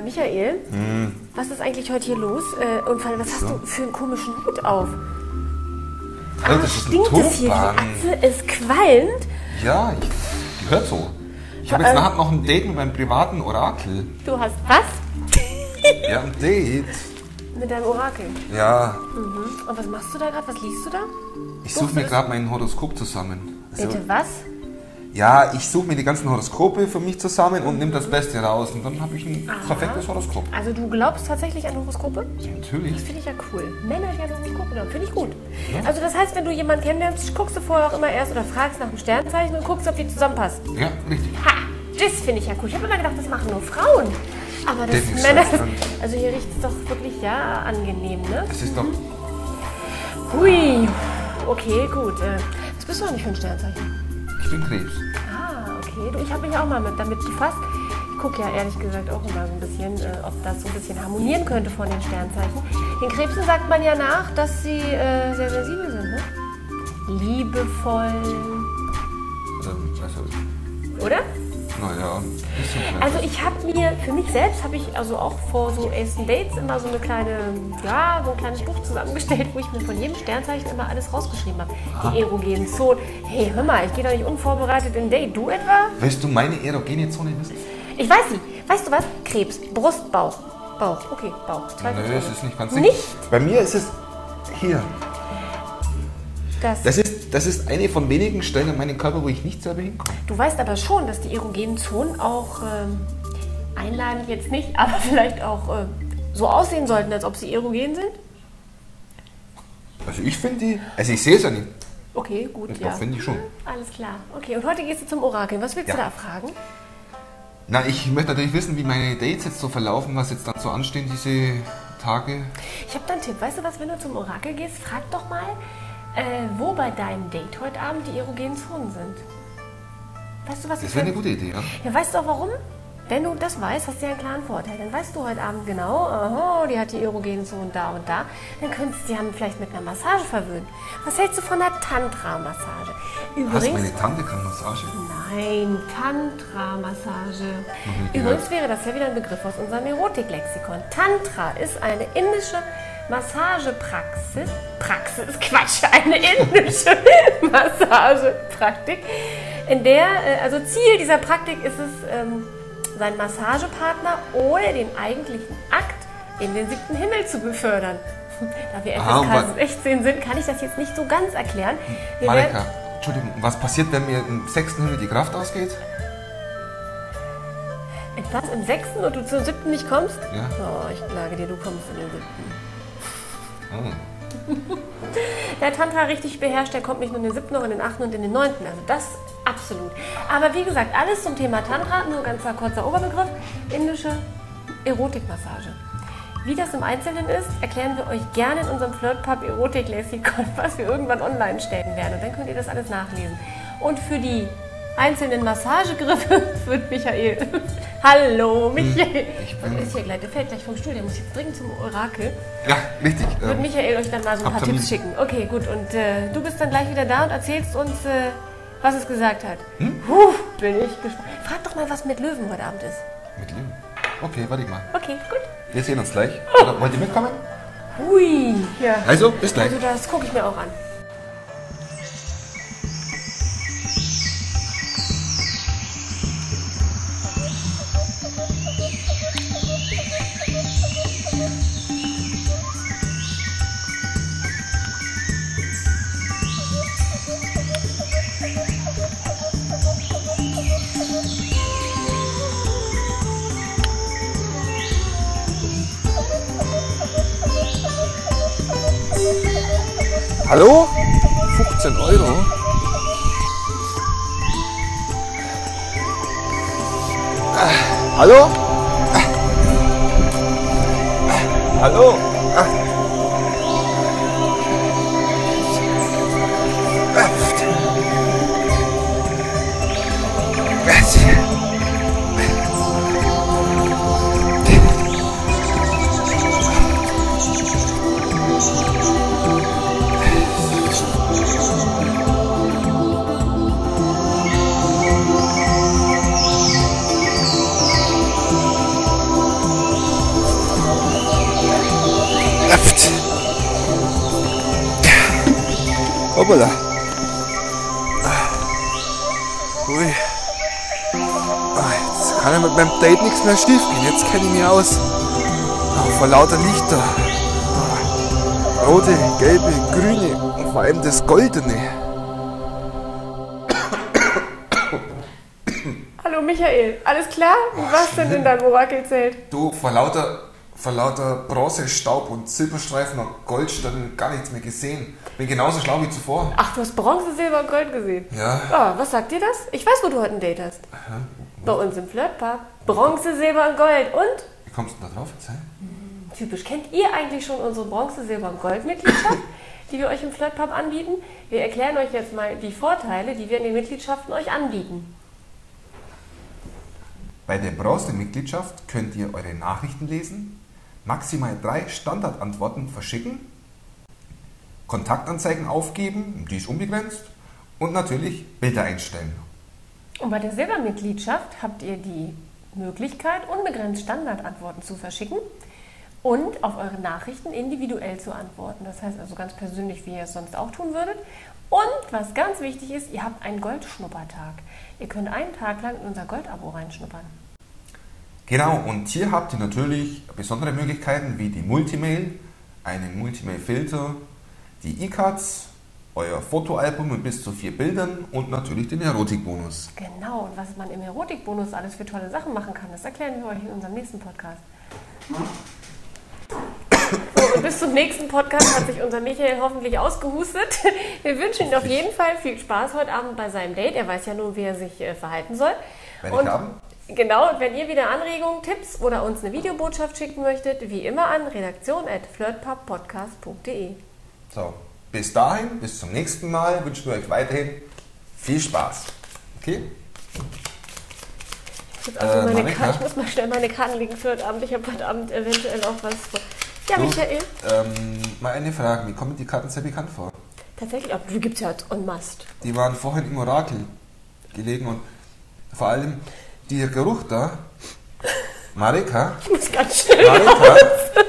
Michael, was ist eigentlich heute hier los? Und vor allem, was hast du für einen komischen Hut auf? Also, das ist ein Stinkt es hier? Die Achse ist qualmt. Ja, gehört so. Ich habe jetzt nachher noch ein Date mit meinem privaten Orakel. Du hast was? Ja, ein Date. Mit deinem Orakel? Ja. Und was machst du da gerade? Was liest du da? Ich suche mir gerade mein Horoskop zusammen. Also, Bitte was? ja, ich suche mir die ganzen Horoskope für mich zusammen und nehme das Beste raus. Und dann habe ich ein perfektes Horoskop. Also du glaubst tatsächlich an Horoskope? Natürlich. Das finde ich ja cool. Männer, die an Horoskope glauben, finde ich gut. Ja. Also das heißt, wenn du jemanden kennenlernst, guckst du vorher auch immer erst oder fragst nach dem Sternzeichen und guckst, ob die zusammenpassen. Ja, richtig. Ha! Das finde ich ja cool. Ich habe immer gedacht, das machen nur Frauen. Aber das Männer... Also hier riecht es doch wirklich, ja, angenehm, ne? Es ist doch... Hui. Okay, gut. Was bist du eigentlich für ein Sternzeichen? Ich bin Krebs. Okay, du, ich habe mich auch mal damit befasst. Ich gucke ja ehrlich gesagt auch immer so ein bisschen, ob das so ein bisschen harmonieren könnte von den Sternzeichen. Den Krebsen sagt man ja nach, dass sie sehr sensibel sind, ne? Liebevoll. Oder? Naja, ein bisschen. Also ich habe mir, für mich selbst habe ich also auch vor so ersten Dates immer so eine kleine, ja, so ein kleines Buch zusammengestellt, wo ich mir von jedem Sternzeichen immer alles rausgeschrieben habe. Die erogenen Zonen. Hey, hör mal, ich gehe doch nicht unvorbereitet in ein Date. Du etwa? Willst du meine erogene Zone wissen? Ich weiß sie. Weißt du was? Krebs, Brust, Bauch. Bauch, okay, Bauch. Nö, es ist nicht ganz nicht. Bei mir ist es hier. Das ist eine von wenigen Stellen an meinem Körper, wo ich nicht selber hinkomme. Du weißt aber schon, dass die erogenen Zonen auch einladend jetzt nicht, aber vielleicht auch so aussehen sollten, als ob sie erogen sind? Also ich finde die... Also ich sehe es ja nicht. Okay, gut, das ja. finde ich schon. Alles klar. Okay, und heute gehst du zum Orakel. Was willst du da fragen? Na, ich möchte natürlich wissen, wie meine Dates jetzt so verlaufen, was jetzt dann so anstehen, diese Tage. Ich habe da einen Tipp. Weißt du was, wenn du zum Orakel gehst, frag doch mal, wo bei deinem Date heute Abend die erogenen Zonen sind. Weißt du, was das wäre eine gute Idee, ja? Ja, weißt du auch warum? Wenn du das weißt, hast du ja einen klaren Vorteil. Dann weißt du heute Abend genau, aha, die hat die erogenen Zonen da und da. Dann könntest du sie dann vielleicht mit einer Massage verwöhnen. Was hältst du von einer Tantra-Massage? Übrigens, meine Tante kann Massage? Nein, Tantra-Massage. Übrigens wäre das ja wieder ein Begriff aus unserem Erotik-Lexikon. Tantra ist eine indische Massagepraxis. Praxis ist Quatsch, eine indische Massagepraktik, in der, also Ziel dieser Praktik ist es, seinen Massagepartner ohne den eigentlichen Akt in den 7. Himmel zu befördern. Da wir FSK 16 sind, kann ich das jetzt nicht so ganz erklären. Marika, Entschuldigung, was passiert, wenn mir im 6. Himmel die Kraft ausgeht? Etwas im 6. und du zum 7. nicht kommst? Ja. Oh, ich klage dir, du kommst in den 7. Oh. Der Tantra richtig beherrscht, der kommt nicht nur in den 7., noch in den 8. und in den 9. Also das absolut. Aber wie gesagt, alles zum Thema Tantra, nur ganz kurzer Oberbegriff, indische Erotikmassage. Wie das im Einzelnen ist, erklären wir euch gerne in unserem Flirtpub Erotik-Lexikon, was wir irgendwann online stellen werden. Und dann könnt ihr das alles nachlesen. Und für die einzelnen Massagegriffe wird Michael... Hallo, Michael! Was ist hier gleich? Der fällt gleich vom Stuhl, der muss jetzt dringend zum Orakel. Ja, richtig. Wird Michael euch dann mal so ein paar Tipps schicken. Okay, gut. Und du bist dann gleich wieder da und erzählst uns, was es gesagt hat. Bin ich gespannt. Frag doch mal, was mit Löwen heute Abend ist. Mit Löwen? Okay, warte ich mal. Okay, gut. Wir sehen uns gleich. Wollt ihr mitkommen? Hui. Ja. Also, bis gleich. Also das gucke ich mir auch an. Hallo? 15 Euro? Hallo? Hallo? Hoppala. Ui. Jetzt kann ja mit meinem Date nichts mehr schief gehen. Jetzt kenne ich mich aus. Vor lauter Lichter. Rote, gelbe, grüne und vor allem das Goldene. Hallo Michael, alles klar? Wie war's denn in deinem Orakelzelt? Du, vor lauter Bronze, Staub und Silberstreifen und Goldstern gar nichts mehr gesehen. Bin genauso schlau wie zuvor. Ach, du hast Bronze, Silber und Gold gesehen? Ja. Oh, was sagt dir das? Ich weiß, wo du heute ein Date hast. Aha. Bei uns im Flirtpub. Bronze, Silber und Gold. Und? Wie kommst du denn da drauf jetzt? Typisch. Kennt ihr eigentlich schon unsere Bronze, Silber und Gold-Mitgliedschaft, die wir euch im Flirtpub anbieten? Wir erklären euch jetzt mal die Vorteile, die wir in den Mitgliedschaften euch anbieten. Bei der Bronze-Mitgliedschaft könnt ihr eure Nachrichten lesen, maximal 3 Standardantworten verschicken, Kontaktanzeigen aufgeben, die ist unbegrenzt, und natürlich Bilder einstellen. Und bei der Silbermitgliedschaft habt ihr die Möglichkeit, unbegrenzt Standardantworten zu verschicken und auf eure Nachrichten individuell zu antworten. Das heißt also ganz persönlich, wie ihr es sonst auch tun würdet. Und was ganz wichtig ist, ihr habt einen Goldschnuppertag. Ihr könnt einen Tag lang in unser Goldabo reinschnuppern. Genau, und hier habt ihr natürlich besondere Möglichkeiten wie die Multimail, einen Multimail-Filter, die E-Cards, euer Fotoalbum mit bis zu 4 Bildern und natürlich den Erotikbonus. Genau, und was man im Erotikbonus alles für tolle Sachen machen kann, das erklären wir euch in unserem nächsten Podcast. So, und bis zum nächsten Podcast hat sich unser Michael hoffentlich ausgehustet. Wir wünschen ihm auf jeden Fall viel Spaß heute Abend bei seinem Date. Er weiß ja nun, wie er sich verhalten soll. Wenn ich haben. Genau, und wenn ihr wieder Anregungen, Tipps oder uns eine Videobotschaft schicken möchtet, wie immer an redaktion@flirtpubpodcast.de. So, bis dahin, bis zum nächsten Mal, wünschen wir euch weiterhin viel Spaß. Okay? Ich muss mal schnell meine Karten legen für heute Abend. Ich habe heute Abend eventuell auch was vor. Ja, du, Michael? Mal eine Frage, mir kommen die Karten sehr bekannt vor. Tatsächlich, aber die gibt es ja als en masse. Die waren vorhin im Orakel gelegen und vor allem der Geruch da, Marika. Ich muss ganz schnell Marika,